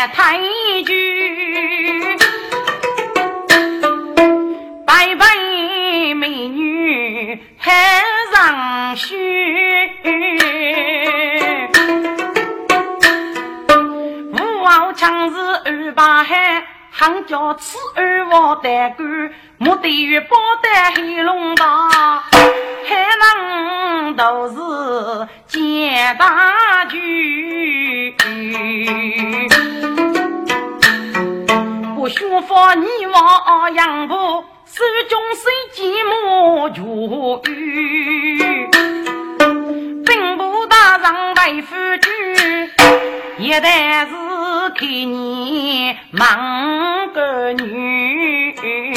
太君，白白美女还上须，吴傲强是二把海，行叫此二我带杆，目的与包带黑龙大，海浪都是见大局。不学佛你往养父，手中谁寂寞如玉，并不大让白夫君，也得是给你忙个女。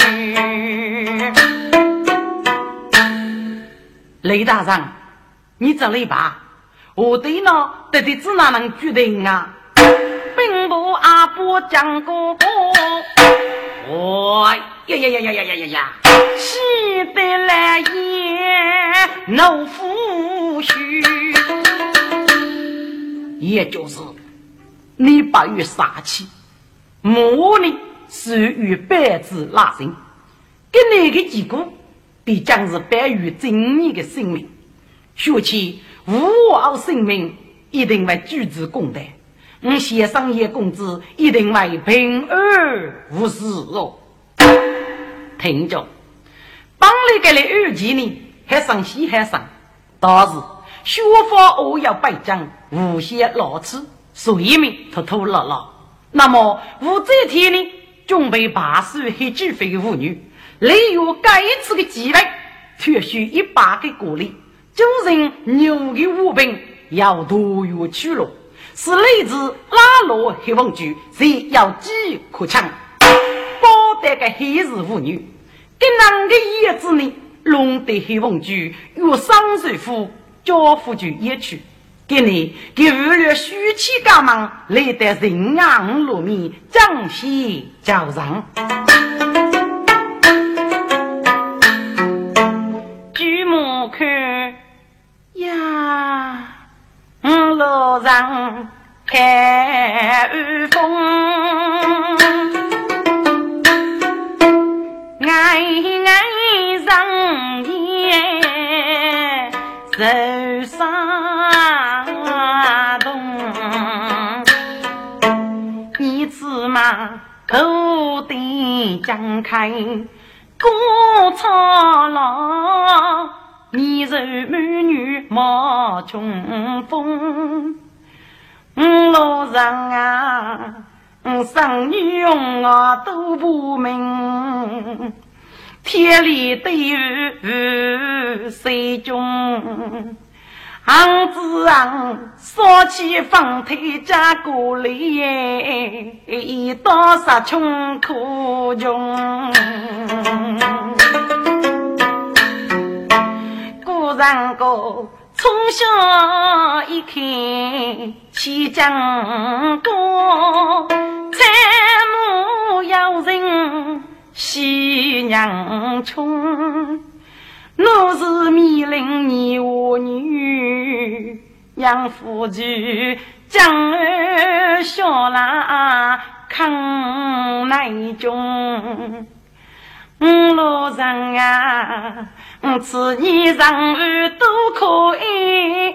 雷大人，你这里吧，我对呢到底只哪能决定啊？并不阿伯讲过过，呀，气得来也怒夫须，也就是你把与杀气，魔力是与百子拉人，跟那个结果必将是百于正义的生命，说起无傲生命一定会举止公道，先生也公子一定会平而无事哦。听着，帮你给你二级呢，还上西还上，但是学法我要拜将无些老吃，所以命偷偷乐乐。那么我这天呢，准备把事黑巨肥的妇女，利用该一次的机会，特许100个鼓励，就是牛的武兵要多有去了。是类似拉罗黑凤菊，谁要饥可抢，包得个黑日妇女，跟那个叶子呢，弄得黑凤菊有上水夫教夫菊也去，给你给为了虚气干忙，来得人昂落面，江西叫上。举目看呀。路上看雨风，爱上夜手上动，你此嘛头顶张开过草浪，你是美女冒冲锋，路上啊，生女用啊都不明，天里对雨水中，行子昂说起放腿加过来，多少穷苦中。然后从小一看起讲过，参谋要人喜娘穷，我是米林你我女养父举将儿小啦抗耐中，路上啊此你上儿都可以，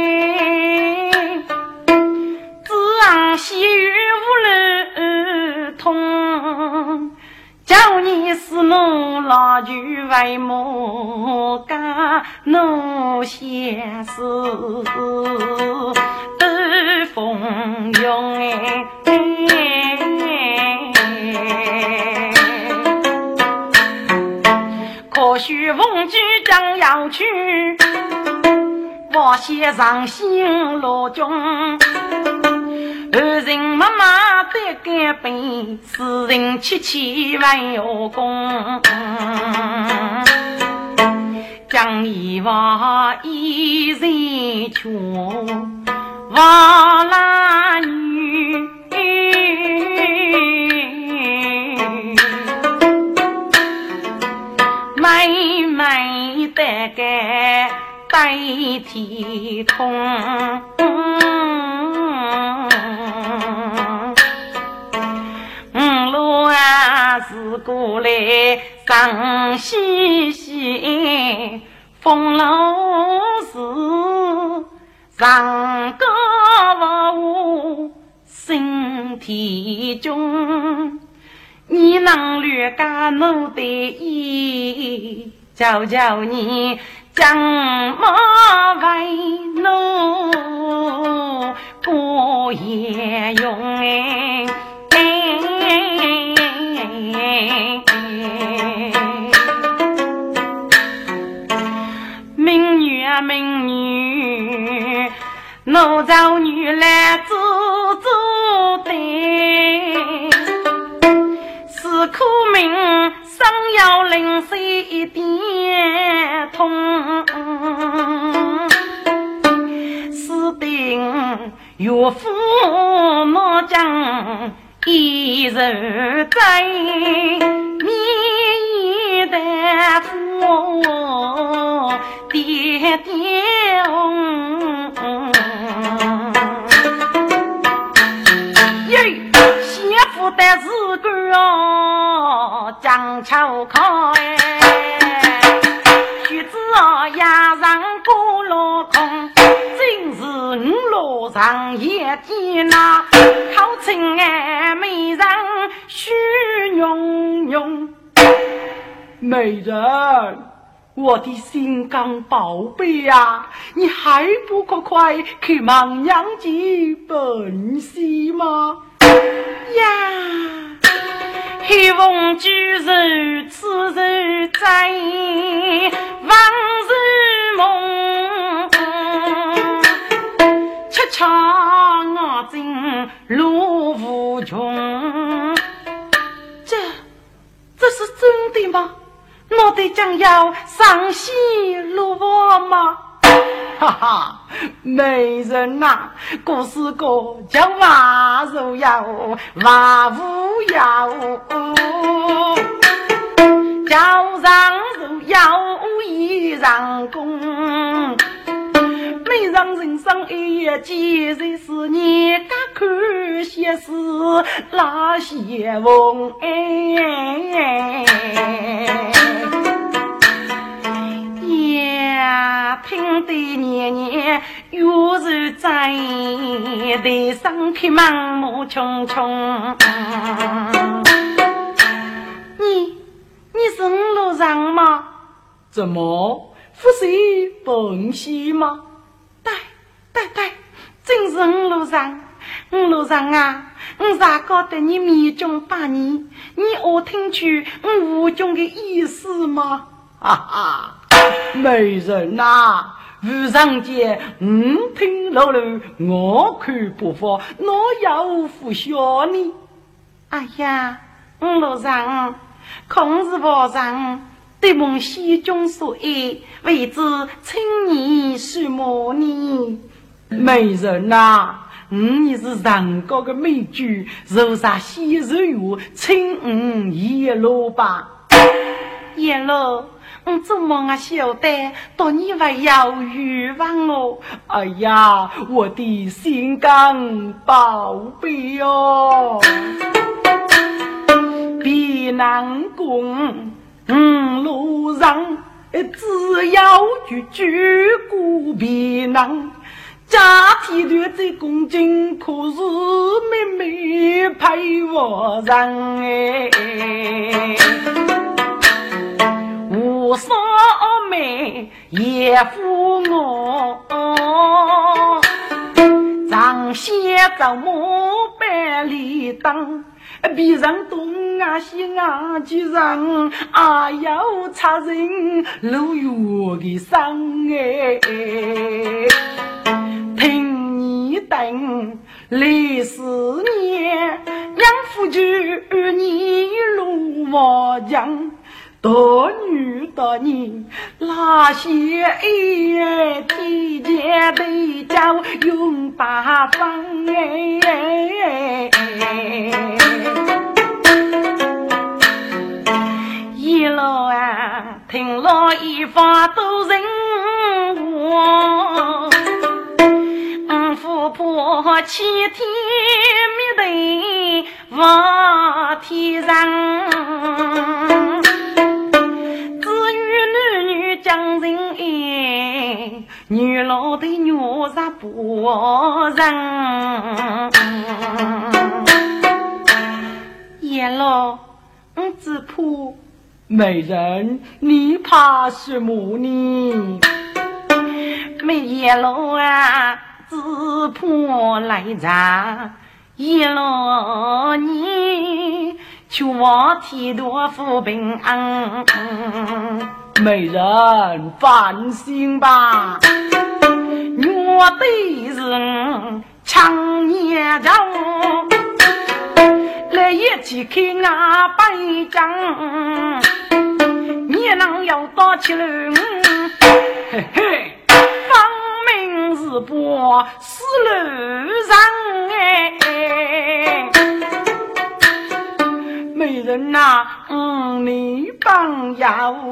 只让细雨无路通，叫你是我老句为莫干我先事都风涌可许凤居将要去，我先上新罗中，二人妈妈得改变，四人七七万有功，将一娃一人穷，娃拉女妹妹的个代替痛， 过来上西西风楼寺上高屋身体中你能略加努的意叫你将马为奴不也用民女啊民女奴找女来做的是苦命生要零碎一点痛是定岳父母将一人在你的父爹爹媳妇的日子讲巧开须知呀上不落空今日五路上也见那靠近美人虚庸庸美人我的心肝宝贝啊你还不快去忙娘几本戏吗呀希望今日此日在往日梦恰恰我进路无穷这是真的吗我得将要上西路吗哈哈美人啊故事个叫娃如要娃无要叫上如要一上公美人人生一夜几日是你敢看些事那些梦呀听得年年又是在地上去盲目匆匆你是五路上吗怎么不是本溪吗对真是五路上啊我咋觉得你迷中把你我听去无中的意思吗哈哈美人啊遇上见听老了我看不发我要不笑你哎呀路上空是我上对梦西中所爱为之请你是么你美人啊你是上高的美句柔啥西日语请一路吧一路怎么啊晓得到你还要欲望哦哎呀我的心肝宝贝哦避难宫路上只要去顾避难家体的这公斤可是妹妹陪我上无所美也负我张些走木百里当比上东啊西啊居上啊要插人路远的伤听你等历史年养父举你路我讲多女的你那些体检的叫用八方一路啊听了一发都人我富婆七天灭得我天上将人哎，女老的女杀不人。叶老，只怕美人，你怕什么呢？没叶老啊，只怕来着。叶老你求我提多福平安。美人放心吧，我的人强也着来一起看啊白将，你能有多起来？嘿嘿，方明日播死路上哎，美人呐，你帮要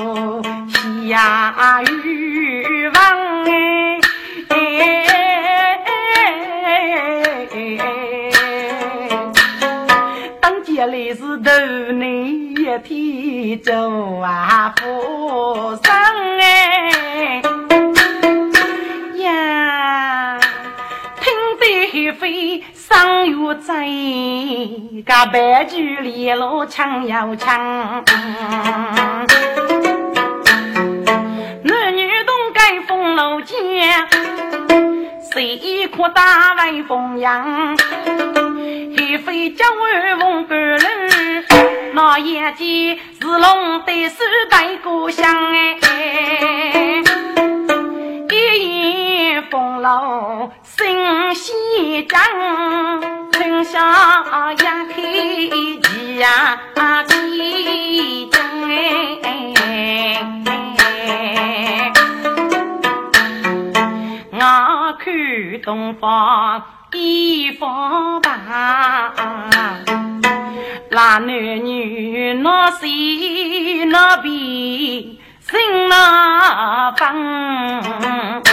下雨望当家里是头你一提走啊不上呀，听得飞上有在个白驹里路抢要抢，男女东盖风楼间，谁扩大来风扬，黑飞将儿翁个人，那眼睛是龙的时代故乡一风楼心西江，春夏呀黑鸡呀鸡江我看东方一方吧，那男女那西那比心那方。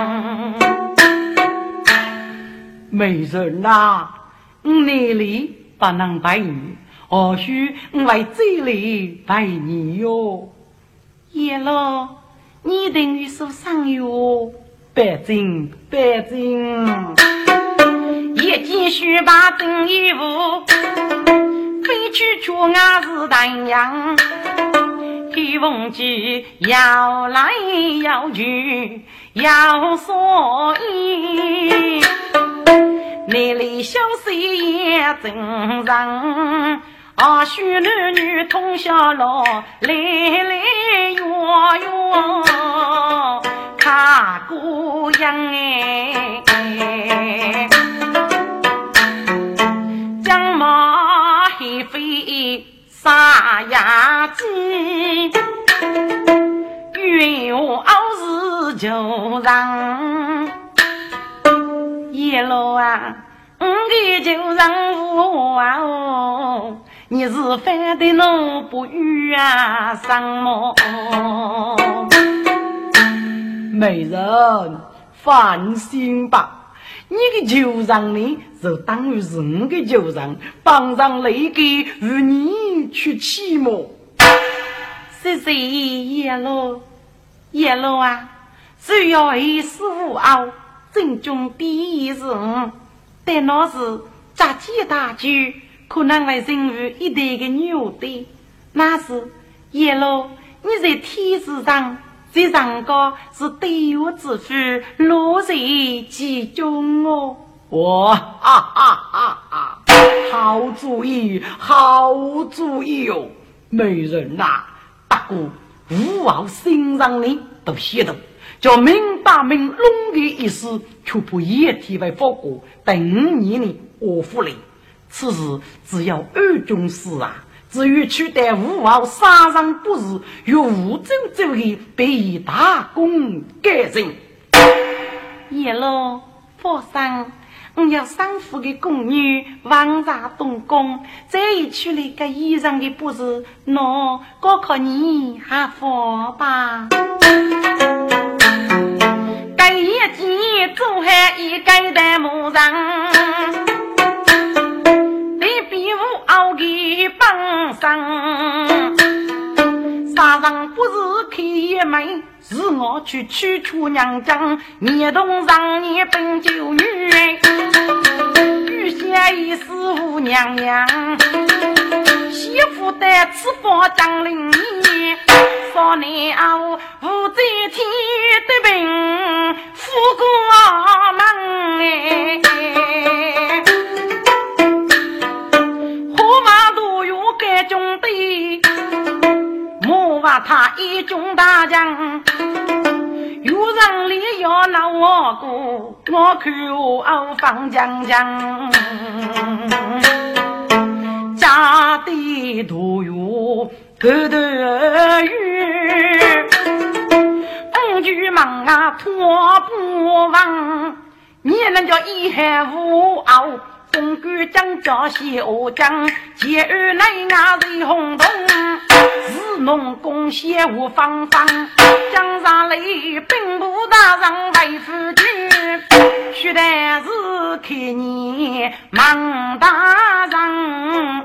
美人呐，你里不能拜你，或许来这里拜你哟。叶老，你等于受伤哟。北京，北京，也继续把正义务飞去出俺是丹阳，黑风机要来要去要所以你里消息也正常，许男女同下路来来哟哟卡姑娘将马黑飞撒呀鸡，愿我熬日就让叶老啊，给就让我啊你是犯的怒不语啊上么？美人放心吧，你的旧让呢就当于是我的旧让，帮上雷给与你去起么？谢谢叶老，叶老啊，只要一丝无傲，正中第一人，但那是杂技大局，可能会成为一代的牛的。那是叶老，你在天子上。这上个是对我之父落在其中哦！ 哇哈哈哈哈！好主意，好主意哦！美人呐，大哥，无傲心上你都晓得，叫明白明龙的意思，却不一体为佛国，等你呢，我负累。此事只要二中事啊！至于取得无傲杀人不是，与无州州的被以大功改正。 叶老佛上，我要三府的宫女王家动工，这一取了个衣裳的不是，喏，高考你还佛吧？该一季做还一该的模样。熬给帮上杀人不是开也没妹，是我去娶出娘家，你同上你本九女，御前一师傅娘娘，媳妇在此方将领你，少年后无在天的病，富过门何马都有该中的，莫话他一中大将，有人里要闹我过，我看我放将将，家的都有个的雨，句忙啊拖不忘，你能叫一海无傲，公举将叫小将，节日来牙人轰动，是农工协无方方，江上里并不大让为夫君，须得是看你忙大人。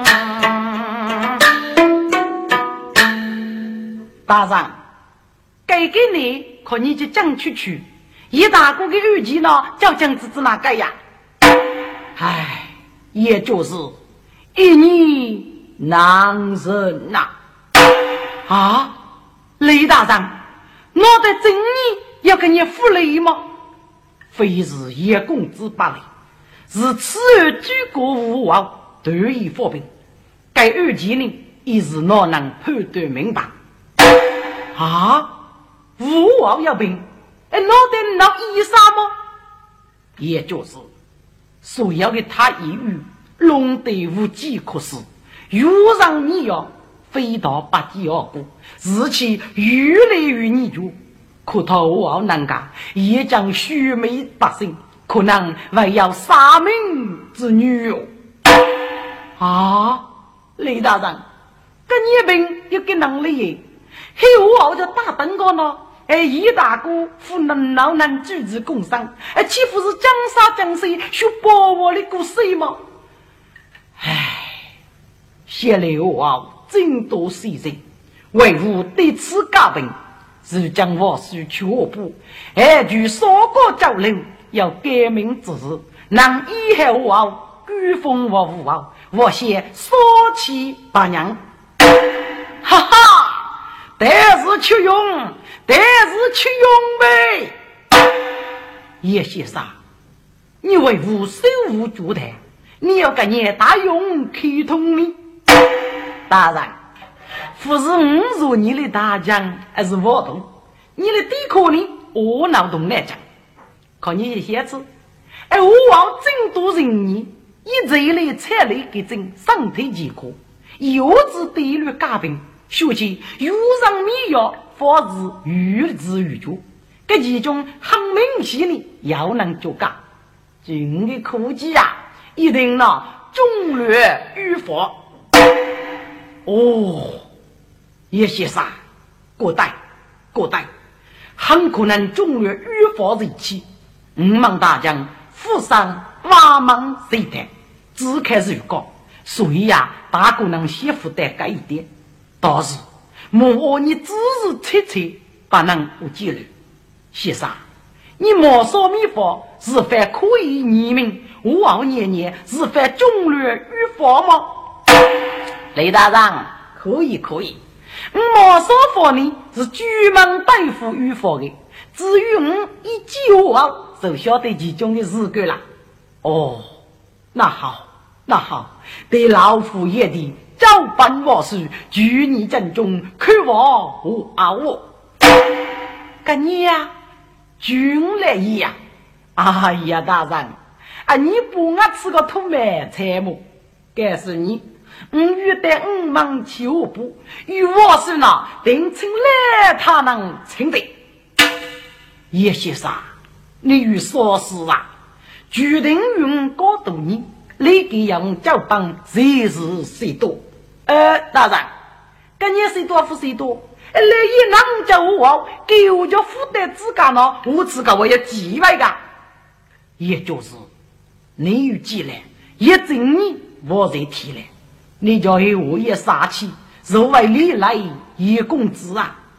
大人该给你可你就讲出去，一大哥的预计呢叫将子哪个呀？唉，也就是一你男人呐。啊，雷大人，我的正义要给你负累吗？非是叶公子罢了，是此儿举国无傲，得以发兵。该预计呢，亦是我能判断明白。啊，无傲要兵，我得闹一杀吗？也就是所要给他一语，弄得无计可施，又让你要飞到八地而过，日期越来越泥足，可头无傲难干，也将虚美百姓，可能还要杀命之女哟。啊，雷大人，跟你兵有个能力耶。黑无傲就大等个呢，一大哥夫能老难举止共商，岂不是江杀江水，需保我的故事吗？唉，谢刘傲真多细心，为吾对此嘉宾，是将我需全部，据所过交流，要改名之事，让以后无傲，举风我无傲，我先说起八娘，哈哈。但是去用呗。叶先生，你为无手无足的，你要跟你大勇开通你。当然，不是我做你的大将，而是我动你的底壳呢，我脑洞来讲。可你一些次，我往真多人你，一这一类菜类给整上腿几颗，又是对率加兵。学习有上米药防止预知预觉，这其中很明显的要能做干整个科技啊一定呢中略预防哦，也些啥过代很可能中略预防日期望大将负伤挖忙谁的只开始预告，所以呀大姑娘媳妇得改一点，倒是莫你只是切切不能不纪律。先生，你莫说秘法是非可以拟名无傲年年是非中略预防吗？雷大人可以莫说法呢是专门对付预防的，至于我一句话就晓得其中的事故了。哦，那好对老夫爷的照办我事，举你正中，可我无傲。跟你呀，军来一样。哎呀，大人啊，你不爱吃个土麦菜么？该是你，遇得忙求补，与我是呢，定称来他能称的。叶先生，你与说是啊，决定用高度你。你给杨教帮谁是谁多？大人，跟你谁多付谁多？来一能叫我给我就负担自家呢，我自个我要几万个，也就是你有几来，也整你我在提来，你叫我也杀气，是为你来一公子啊！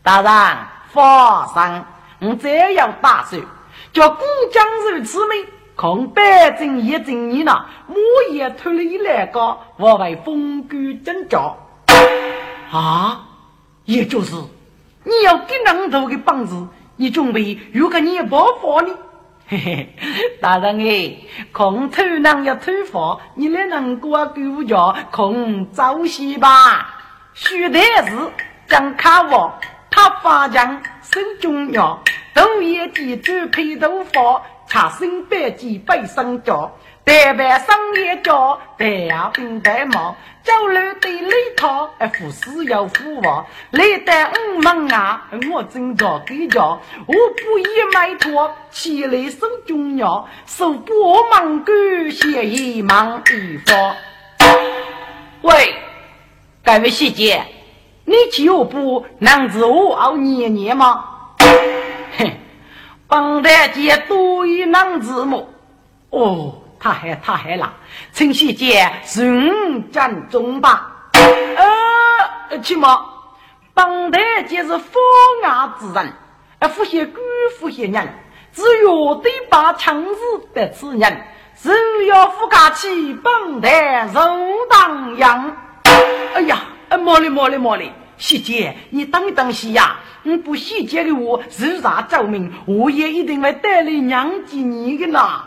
大人放心，我这样打算，叫姑将如此美，恐北京也经你呢，我也推了一来个，我为风居真教啊，也就是你要给人头的帮子，你准备如果你也不发呢？嘿嘿，大人哎，空头人要推发，你来能过给我家空早些吧。须的是将卡我他发将手中药，都也记住配头发，查身百几背上脚。代表商业家，代牙并代毛，走路对里头，服侍要服我，来带门啊，我正着给家，我不宜买托，起来手中药，手不忙狗，写一忙一发。喂，各位细节，你就不能自我熬年年吗？哼，帮大姐多一能字幕哦。他还了，陈细姐人战中吧？起码帮大姐是风雅之人，富些官富些人，只有对把强子的此人，只要富家起帮大肉当阳。哎呀，莫哩，细姐你当心呀！你不细节给我日啥照明，我也一定会带来娘几你的啦。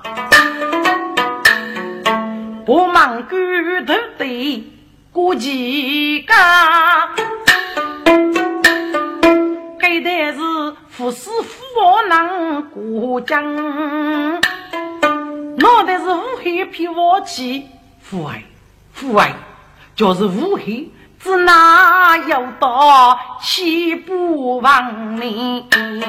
不忙骨头的估计家，给的是富士富能过江，那的是乌黑皮瓦器，父爱，就是乌黑，只哪有到七不忘你。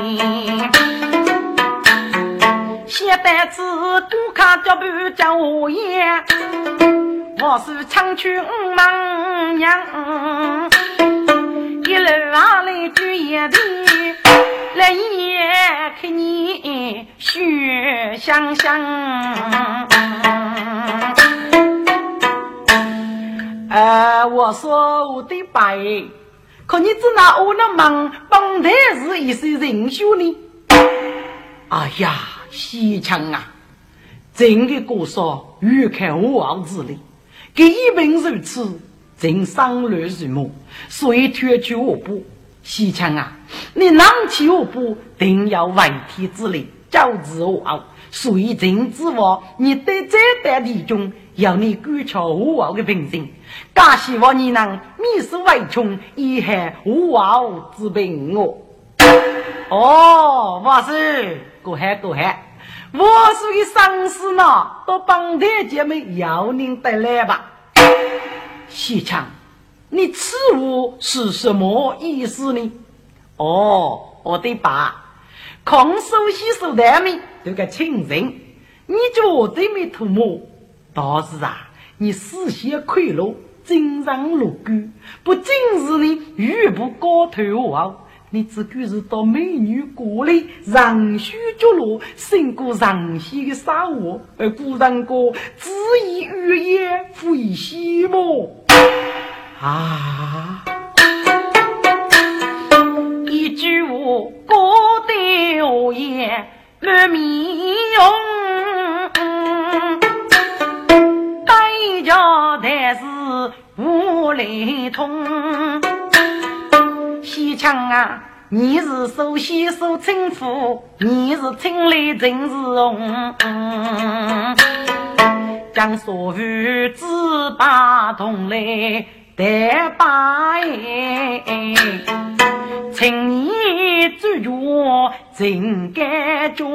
现在是顾客脚步叫我也，我是长去忙娘，一路啊来就也的，来也看你血香香。我说我的白，可你只拿我那忙帮的是一些人修呢？哎呀！西墙啊，整个故说欲看我傲之力，给一本如此，真伤略如目，所以脱去我不西墙啊，你拿起我不定要外体之力，教之我傲，所以真之我，你对这代理中要你鼓敲我傲的凭性，假希望你能密室外穷，以害我傲之病我。哦，我是过海，我是个丧尸呢，都帮大姐妹要您带来吧。西强，你此物是什么意思呢？哦，我的爸，空手洗手的命这个亲人，你绝对没图谋。倒是啊，你事先贿赂，经常入股，不仅是你语不高头啊。你只管是到美女国里让须着落，胜过让西的沙窝，而古人歌只以语言复以西么啊！一句话高的言满面容，代价但是无雷同。西强啊，你是首席受称呼，你是清理真是红，将所有只把同来得把请你追逐真该中。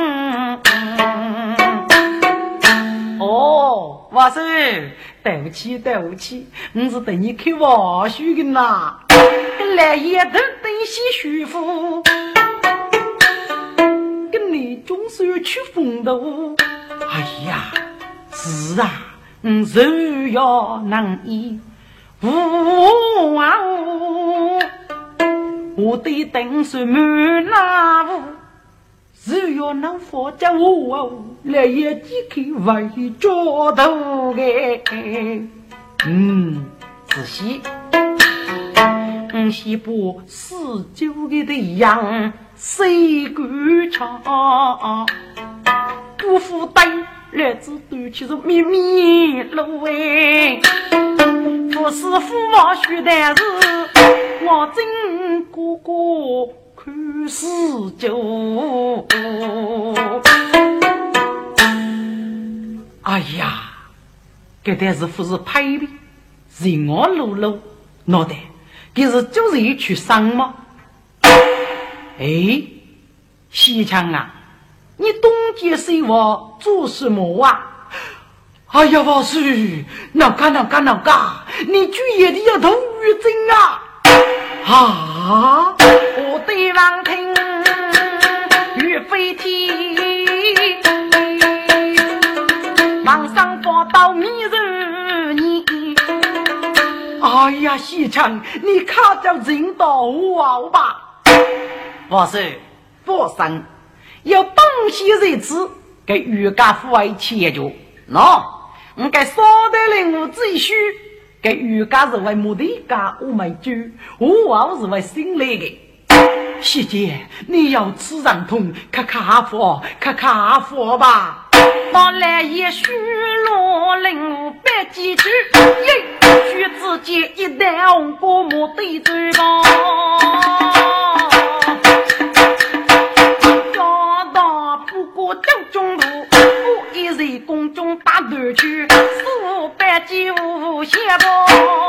哦，我是对不起，我是对你开玩笑的呐。来也都等些舒服，跟你总是要去风头。哎呀，是啊，手要难依，我得等什么那屋，手要能放着我，来也几口外着头的，仔细。 东西部49个的样谁敢唱不负担日子都其实秘密路哎不是父母许的是我真哥哥看事就哎呀这但是不是拍的人我露露脑袋这是就是一曲伤吗哎西昌啊你东街谁我做什么啊哎呀我是哪嘎你居也得要头语症啊啊我对望听与飞天往上报到迷人你哎呀西昌你看叫人道我吧我是佛山有东西日子给预告父爱切就喏我该说的令我自须给预告是为目的噶我没句我是为心里的细节你要吃上痛卡卡佛吧我来也许落令我别记住许自己一旦过目的嘴巴中路不一日宫中打对去495些波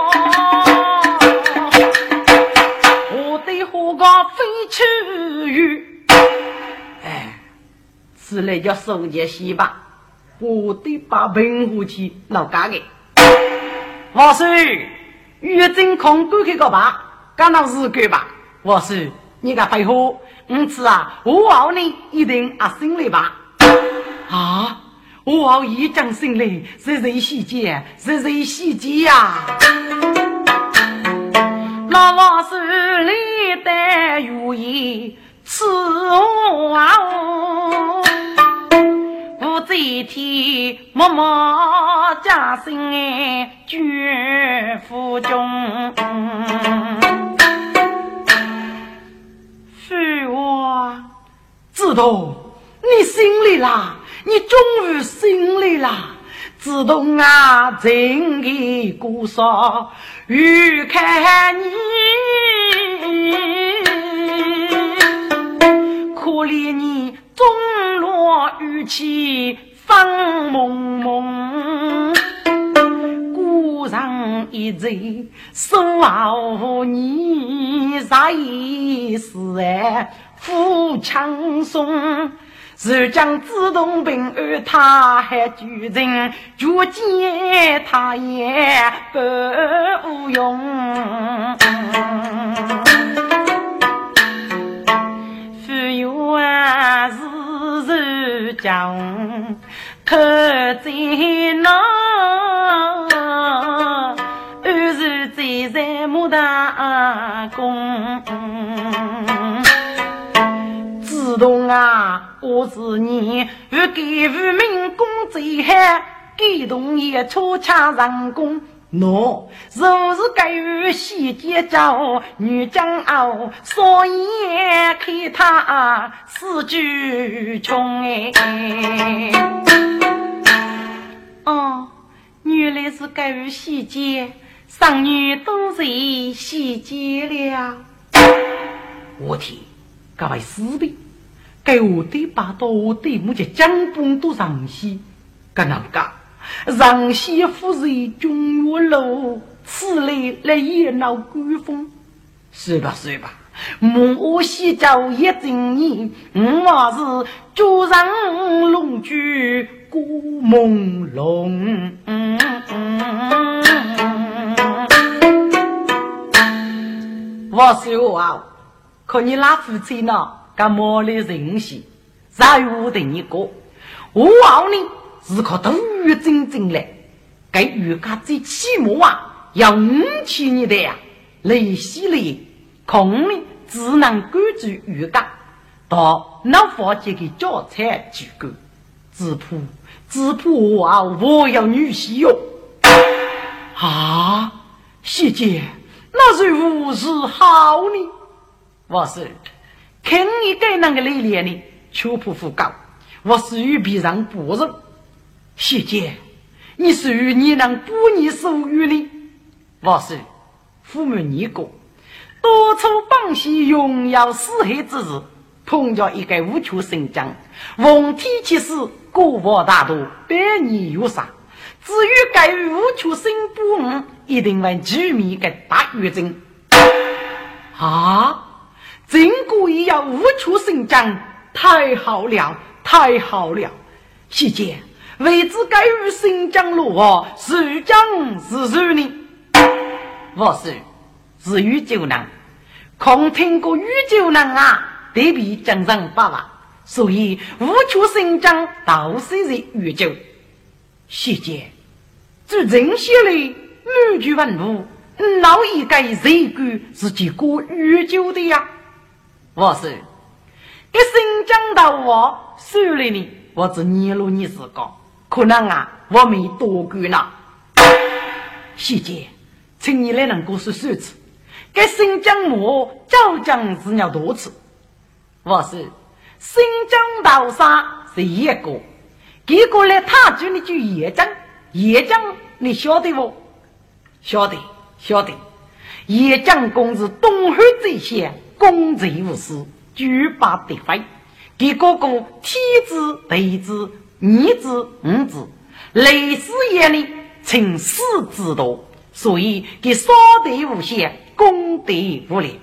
我的火高飞去哎此类叫手节戏吧我的把平湖去老家给我是月真空过去个吧干到日个吧我是你个配合因此啊我好你一定啊心里吧啊我好一张心里是谁细节呀那我是你的如意此我不这天默默加心绝腹中是我知道你心里啦你终于心里啦自动啊真的故说欲看你可怜你终落雨气放蒙蒙孤上一贼守好你在死哎富强松是将自动兵而他还举人就见他也不用只有啊日日讲可在那日日在木打工自动啊我是你欲给予民工最害给动也出枪人工喏若是该于细节找女将傲所以看他四句穷哦原来是该于细节上女都是细节了我听各位士兵给我的把刀我的目前江风都上西干哪个让西夫人中月楼此类来也闹鬼风是吧母西找也正义我是就让龙居古朦胧我说啊可你拉夫妻呢干么的人戏在我的一个我好你是可都越真来该越家最起码啊要起你的呀累死了空你只能关注越家到脑佛这个教材几个自扑我要女婿哟啊细节那是无事好呢？我是看你给那个历练呢，求不服高，我是与别人不人。谢姐，你是与你能不你手语呢？我是父母你过，多处帮西荣耀四海之日，碰着一个无求生将，逢天其事，国王大度，百年有啥？至于该无求生不一定会居民个大狱政啊！真故意要无求生将，太好了，太好了！谢姐，为之该与新疆路哦，是将是谁呢？我是与救难，空听过与救难啊，得比江上爸爸，所以无求生将倒是在与救。谢姐，这人些里每句问物，老一个这句是几个与救的呀？我是给新疆到我手里呢，我只捏了你是个，可能啊，我没多句呢。谢姐，请你来能够说数次，给新疆我照讲是要多次。我是新疆到啥是一个，结果来他就你就野将，野将你晓得不？晓得，晓得。野将公是东海这些公贼无私，举把得飞。给哥哥天子、地子、二子、五子，类似眼里请四之多，所以给少得无限，功德无量。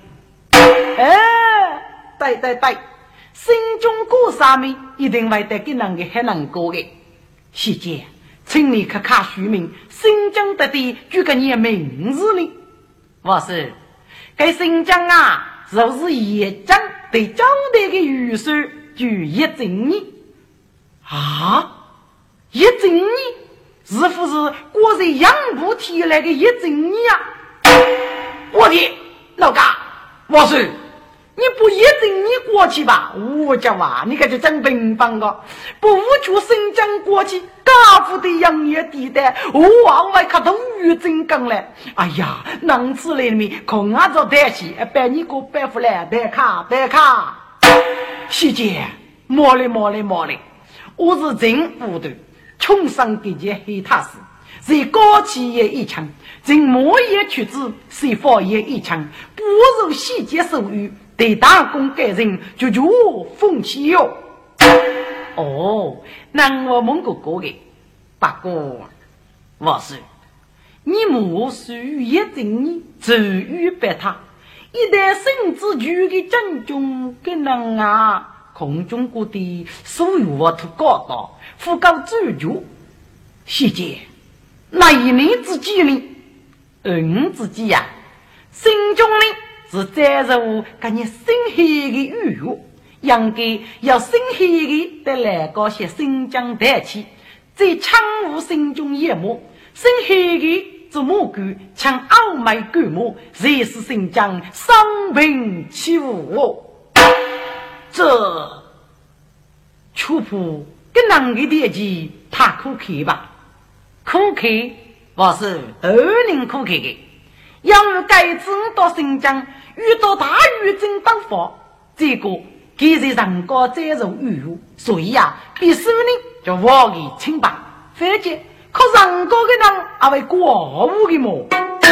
对，心中过上面一定会得给人个很难过的。谢姐，请你看看书名，新疆的地就个你名字呢。我是该新疆啊，就是野将对交代的预算就一整年啊，一整年是不是过在养不提来的一整年啊？我的老嘎，我是你不一整年过去吧？我讲话你可就真平凡个，不无出新疆过去，家父的养业地带，我外看到雨真刚来。哎呀，能吃里面空啊着带起，把你个白富来带卡。谢姐，莫嘞，我是真无的，穷上给件黑踏实。谁高起也一枪，人莫也去子，谁发也一枪，不如细节手语。对打工给人就风气哟。哦，那我蒙古过的，不过我是你莫属于一整你至于白他，一旦甚至局的战中跟人啊，空中国的所有我都高到不高追求。谢姐，那一年之计呢？自己呀，心中呢？是在乎跟你生黑的欲望，应该要生黑的得来个些新疆带起，在枪无心中夜幕，生黑的做蘑菇，抢傲买狗毛，这是新疆伤平起舞。这出铺跟哪个电机他苦口吧？苦口，我是2年苦口的。要改制到新疆，遇到大雨真当法，这个给人人高再受雨雨，所以啊，必须呢就我给清白，反正可人高的人还会过户的么？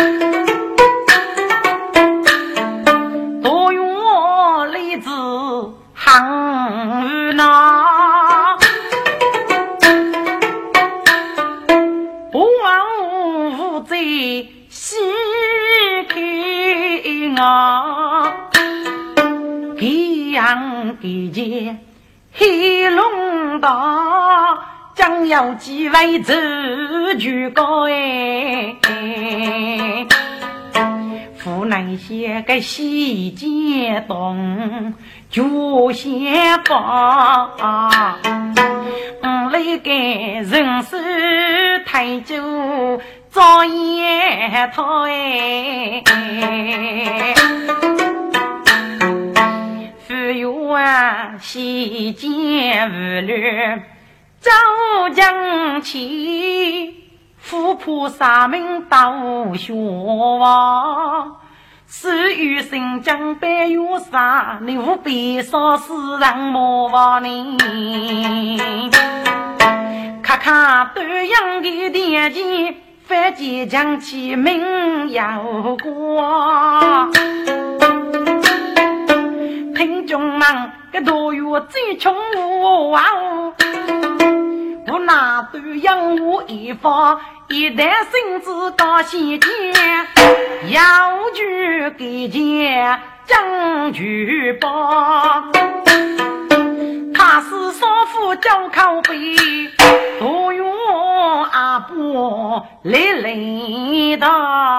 多用例子行那，不忘无罪。西开啊，给阳给节黑龙岛，将要几位自举高府那些个细节懂就先放，那个人是太久。早夜头富有啊细节无虑照将起富菩萨们道学是与新疆白玉山，你无必说是让莫忘你。看看对阳的电机，飞机将其名耀光。听众们，个多月最穷我我拿对阳我一方，一旦性子到西天，要去给见将军报。他是少妇叫靠背，多用阿婆累累的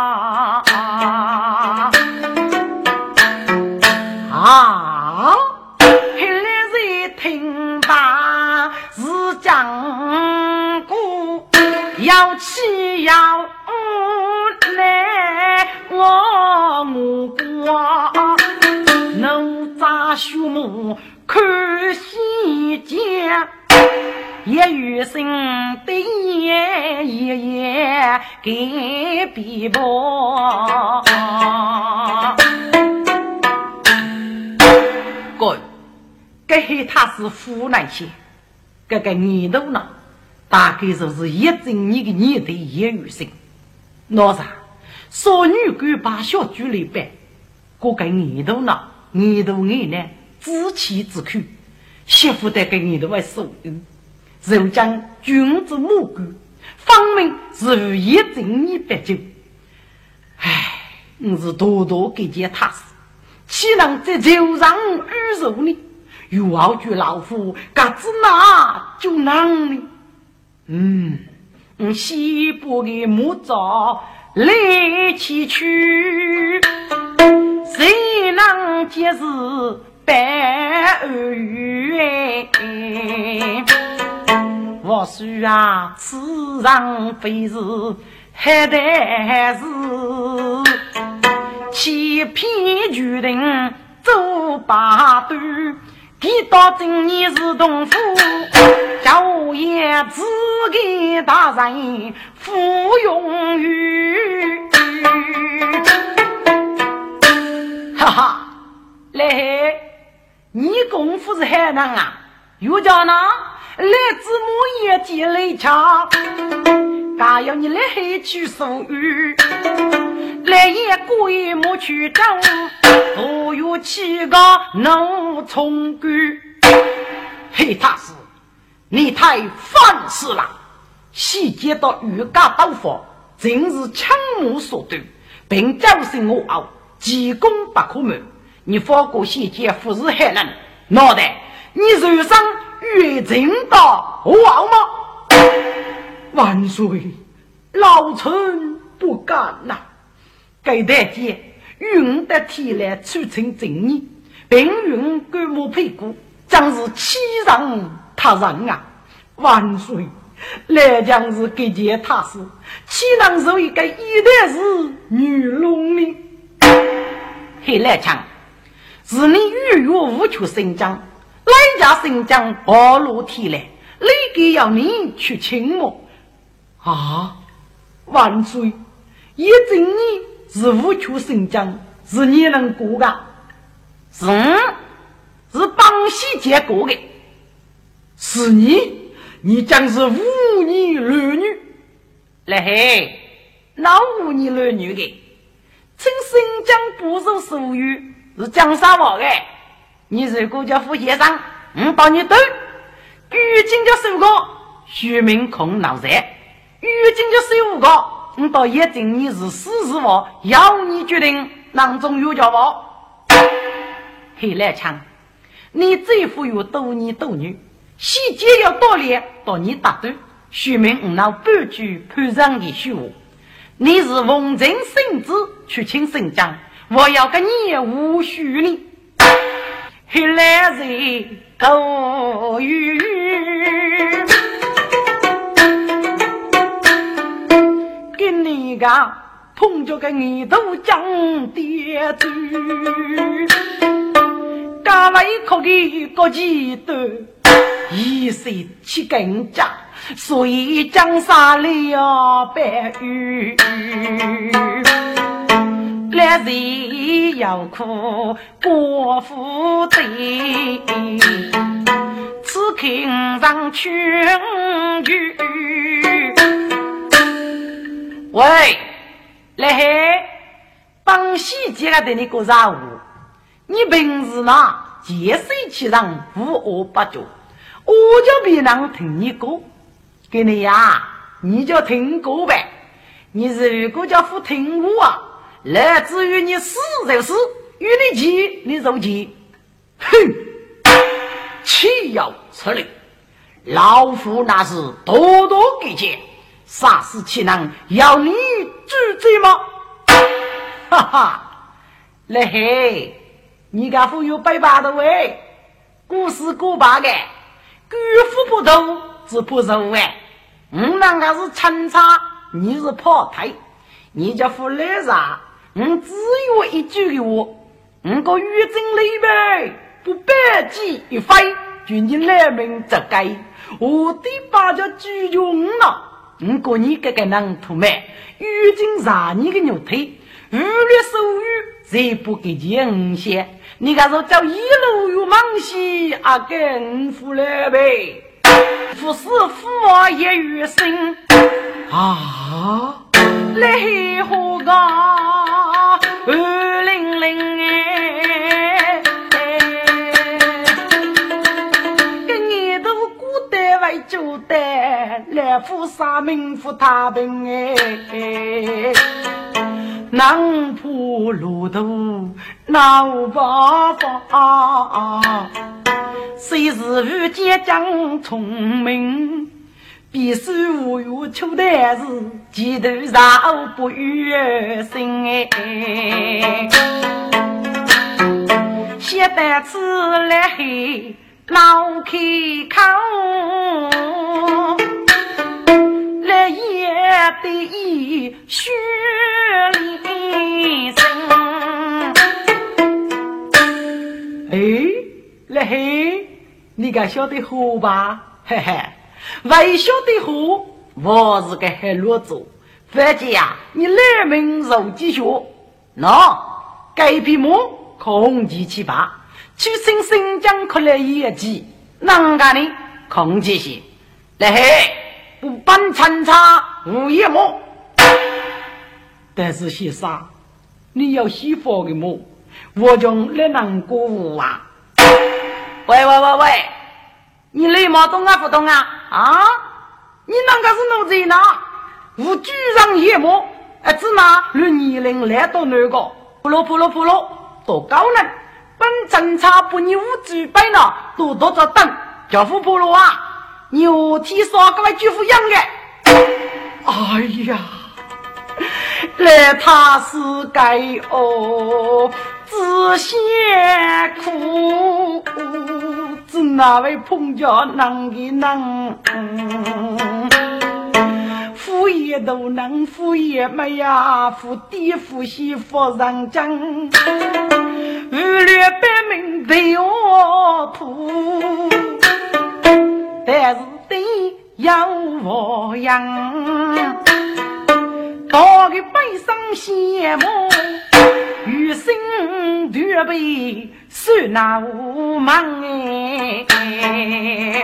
后来谁听吧是讲故要气要来我目光能扎树木看细节，也与心的爷给比波。这他是湖南些，这个年头呢，大概就是一整年的年头也与心。那啥，少女官把小举来办，这个年头呢，年头人呢。自欺自苦，媳妇得给你的外手语，肉将君子目光，方明是一整一百九。唉，我是多多给见他死，岂能在酒上预柔呢？有好句老夫，嘎子拿就能呢。西部的木灶来起去，谁能解释？白鱼我须啊，此上非是还得是欺骗决定走把对，给到今年是东府，叫我也只给大人服用于哈哈，来你功夫是海南啊，有叫呢来自母也接来抢，嘎要你来黑去手语，来也故意没去找，都有七个能从归。嘿，大师，你太犯事了！细节到预告刀法，真是枪木所对，并教训我傲，急功不可没。你放过细节不是害人，脑袋你手上越真到我傲吗？万岁，老臣不敢呐！该大姐用得体来促成正义，并用官木配股，将是欺让他人啊！万岁，来将是给件他事，岂能受一个一代是女龙呢？黑来强是你欲约无求新疆，来家新疆暴露体来，你给要你去请我啊！万岁，一整你是无求新疆，是你能过的，是帮西结果的，是你将是忤逆儿女，来嘿，哪忤逆儿女的？请新疆不受手语。是江山王的，你如果叫副先生，帮你对，预警叫15个，虚名空脑热，预警叫15个，到一定你是40王，要你决定囊中有叫我。黑来强，你这副有斗你斗女，细节要多练，到你答对，虚名脑半句判上的虚无，你是奉承圣旨去请圣将。我要跟你无须你，黑来人狗语，跟你个碰着个你都讲爹嘴，干了一口的国际的，一岁去更加，所以江山里要白玉。 来日要苦过富贵，此肯上全语。喂，来嘿，帮西街了的你个啥物？你平时呢，节水气上无恶不作，我就别能听你歌，给你呀，你就听歌呗。你如果叫不听我啊，来至于你死就死，与你急你就急。哼，岂要此理！老夫那是多多给钱，啥事岂能要你治罪吗？哈哈，来嘿，你家父有百把的喂，故事过把的，辜负不头只不受哎，那个是参差，你是跑台，你家父来啥？只有一句给我，个玉真雷呗，不百计一飞，就你来命这该，我的把叫拒绝了。个你这个能图卖，玉真杀你个牛腿，无律手语谁不给钱些？你敢说叫一路有忙西啊，跟夫来呗，夫是父啊也与生啊。来何个200哎，跟你都古代为旧代，来富杀民富他病哎，南坡路途闹八方，谁是遇见将聪明？必须无有求的是几头绕不越心哎，现在吃来老开口，来也得血里生。哎，来嘿，你敢晓得好吧？嘿嘿。为晓得好，我是个海罗族，反正呀，你来名受几学，改匹马空气七八，去新新疆可来业绩，哪个呢？空气些，来嘿，不办参差无业么？但是先生，你要西方的么？我将来能过啊！喂！你雷毛懂啊不懂啊？啊！你那个是弄谁呢？我居然夜魔，只拿论年龄来到那个，扑罗，多高呢？本侦查不你无举白呢，多着等，叫副扑罗啊！牛蹄说各位巨富养的。哎呀，来他是该哦，自先苦。是哪位碰着能的能，富也都能，富也没呀，富地富西富上将，无略百名对我扑，但是得要我养，到个背上羡慕，余生绝被是那无忙哎，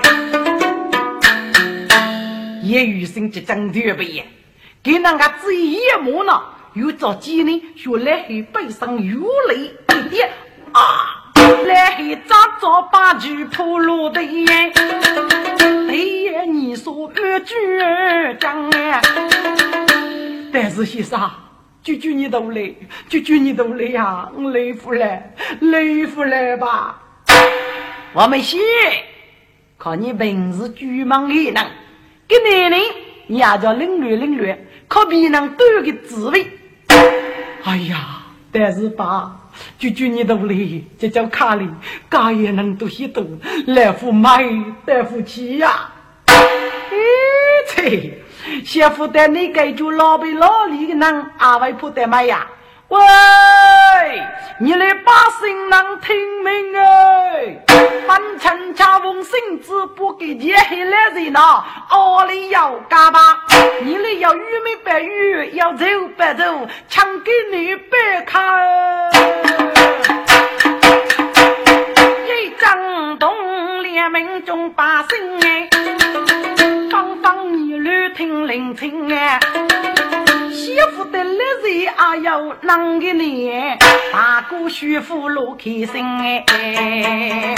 也余生即将绝被耶，给那个自己夜幕呢，有着几年学来黑背上有泪一点啊，来黑扎着把句铺路的耶，对你说越句讲哎，但是先生。句你都累，句你都累呀，累不来吧？我们写，看你本事巨猛异能，给奶奶你也叫领略，可比能多个滋味。哎呀，但是吧，句你都累，这叫卡里，家也能多些多，来福买，带福气呀。切！媳妇带你给就老辈老李的人阿外婆的买呀，喂，你来把声能听明哎，凡尘家翁心子不给接黑来人呢，我里要干吧？你里要玉没白玉，要走白走，抢给你白看。一张东联盟中把心哎，方方女女听聆听哎。媳妇的日子也要能给你，大姑媳妇路开心哎。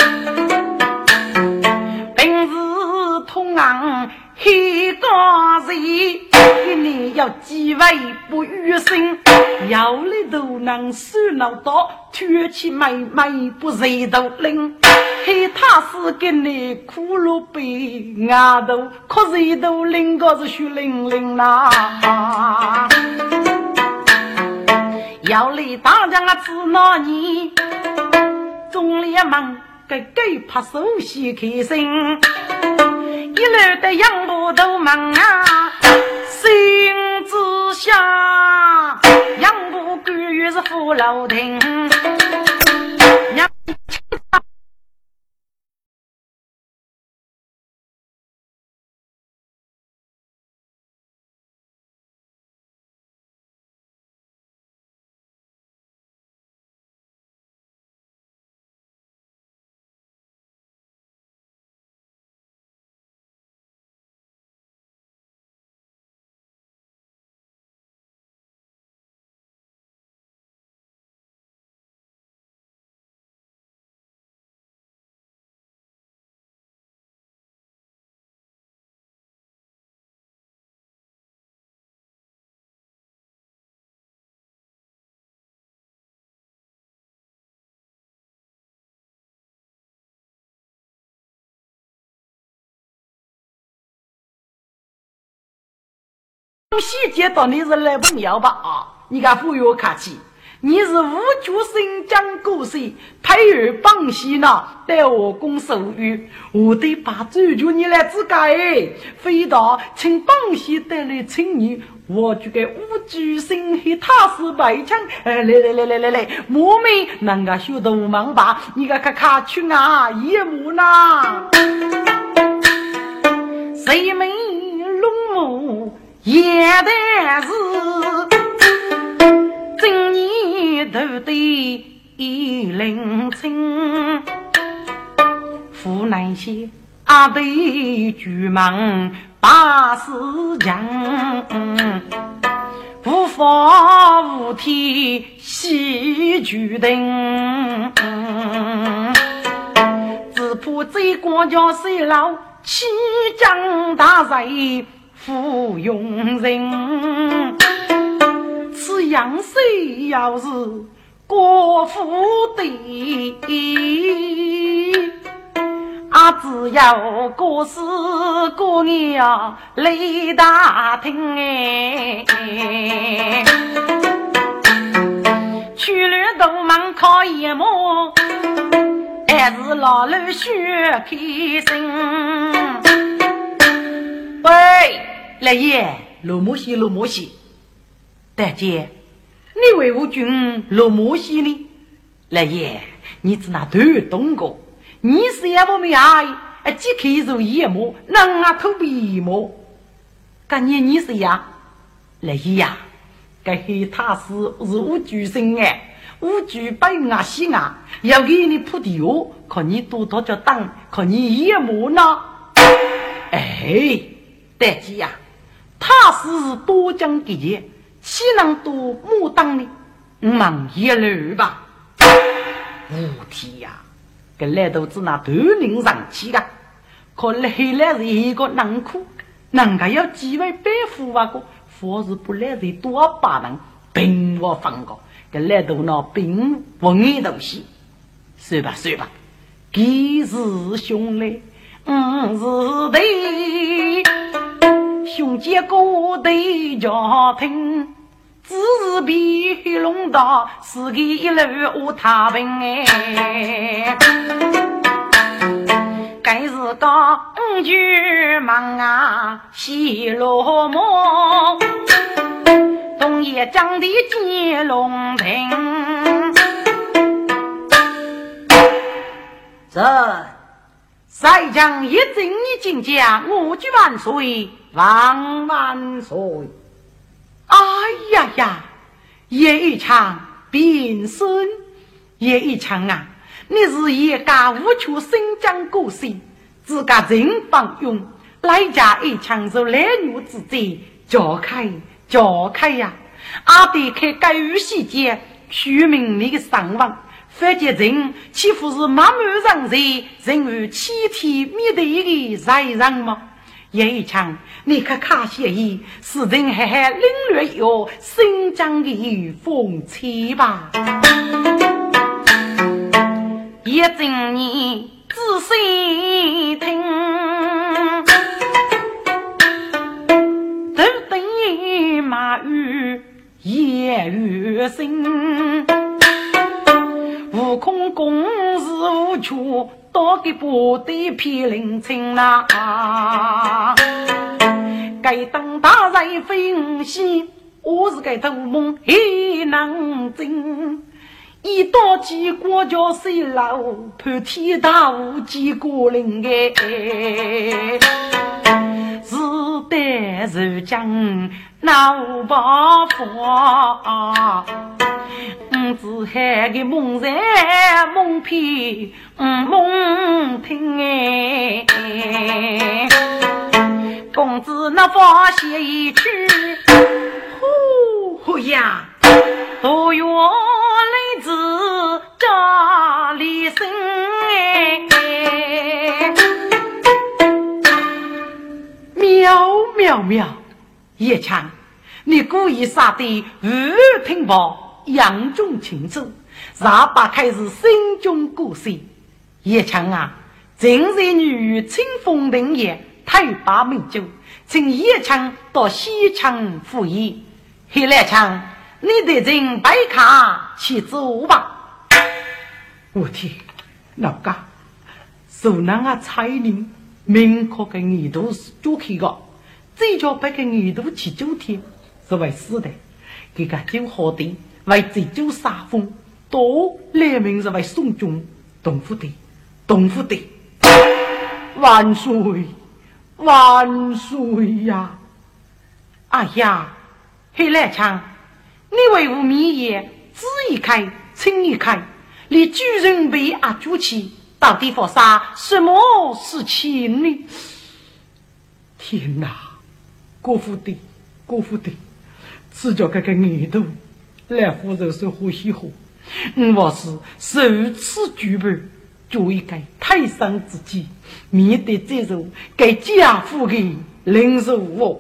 平时同行黑个人，你要机会不于心，要里都能手脑刀，脱起妹妹不谁都灵。黑他是给你苦路背牙头，可谁都灵个是血淋淋啦。要里大家知道你中联盟给怕手洗开心，一路的养不都忙啊，心之下养不归于是扶老亭。细节到你是来不了吧啊！你看不要客气，你是无主新疆故事配有帮西呢，带我攻手语，我得把追求你来自改，非到请帮西带来请你，我就给无主心黑他是白枪，来，莫没能够修得忙吧？你个卡去啊，夜幕呢？谁没龙母？也得是今年头的聆听，湖南些阿对巨蟒把事讲，无法无天喜剧灯，只怕这国家水老气将大贼富庸人，此样谁要是国富的，只要过世过年啊来打听哎，去了都忙靠一幕，还是老老学开心。喂，来爷，罗摩西，大姐，你为何军罗摩西呢？来爷，你只那头动过，你是也不没爱，既可以做夜幕，能啊头皮膜，干你是呀？来爷呀，该黑他是无举生哎，无举白啊西啊，要给你铺地哦，可你多多叫当，可你夜幕呢？哎。大姐呀，他是多讲给节，岂能多牡当呢？忙一路吧。无题呀，跟来都是那头领上去的，可来是一个难苦，人家要几位背负啊个，或是不来是多把人并我放过，跟来都那并不爱东西。说吧，几时兄嘞？是的。兄姐哥的家庭，只是比黑龙大，是个一路无他病哎。该是个巨蟒啊，西罗摩，东野江的接龙亭。 这再将一正一进家，我祝万岁，万万岁！哎呀呀，叶一强变身，叶一强啊，你是一家无处新疆故事，自家人帮用，来家一强是来女之贼，叫开呀！阿弟开该于细节，虚名你的伤亡。反正人岂不是满满让人与欺天灭地的在人吗？叶一强，你可看协议，是人还领略有新疆的风气吧？一整你仔细听，都等于马语夜雨声。悟空公事无处，多给部队批凌清啦。该当大人分析，我是该头梦也能真。一刀几国家谁老，判天大无几个人哎。是得是将闹爆发。只海个梦在梦片梦听哎，公子那发现一去，呼呀，都原来子家里生哎，妙，叶强，你故意杀的听报。杨中情志，rat把开始心中故事。叶强啊，今日女清风林也，太把名酒，请叶强到西墙赴宴。黑来强，你得进白卡去走吧。我天，老家手拿啊彩铃，明确的耳朵是做开个，这叫白个耳朵去酒天，是为死的，给个酒好的。为这酒杀风，多列名是为宋忠东府的，万岁呀！哎呀，黑来强，你为无名也只一开，轻一开，你居然被阿主起，到底发生什么事情呢？天哪，郭府的，只叫这个耳朵。来夫人是呼吸好，我是首次举办，做一个泰山之计，免得这种给家父的领受我。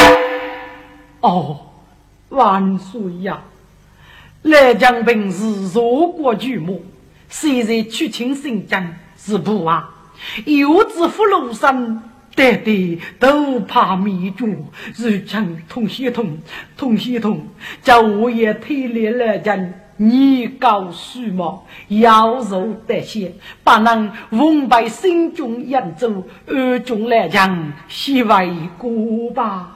哦，万岁呀！来将本是弱国巨魔，虽然去请新疆是不啊，有子福禄山。对，都怕迷住，日常同系统，叫我也体力了人，你告诉嘛，要肉得些，把人翁百心中演奏，二中来讲，希为过吧。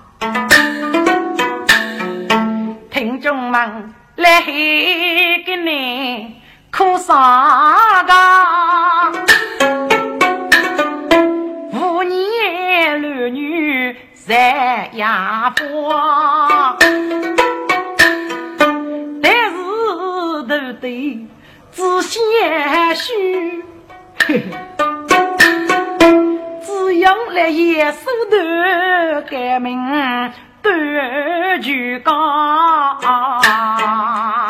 听众们，来给你哭啥个？儿女在牙花，但是都得自谦虚，只用来也手的改名多举高。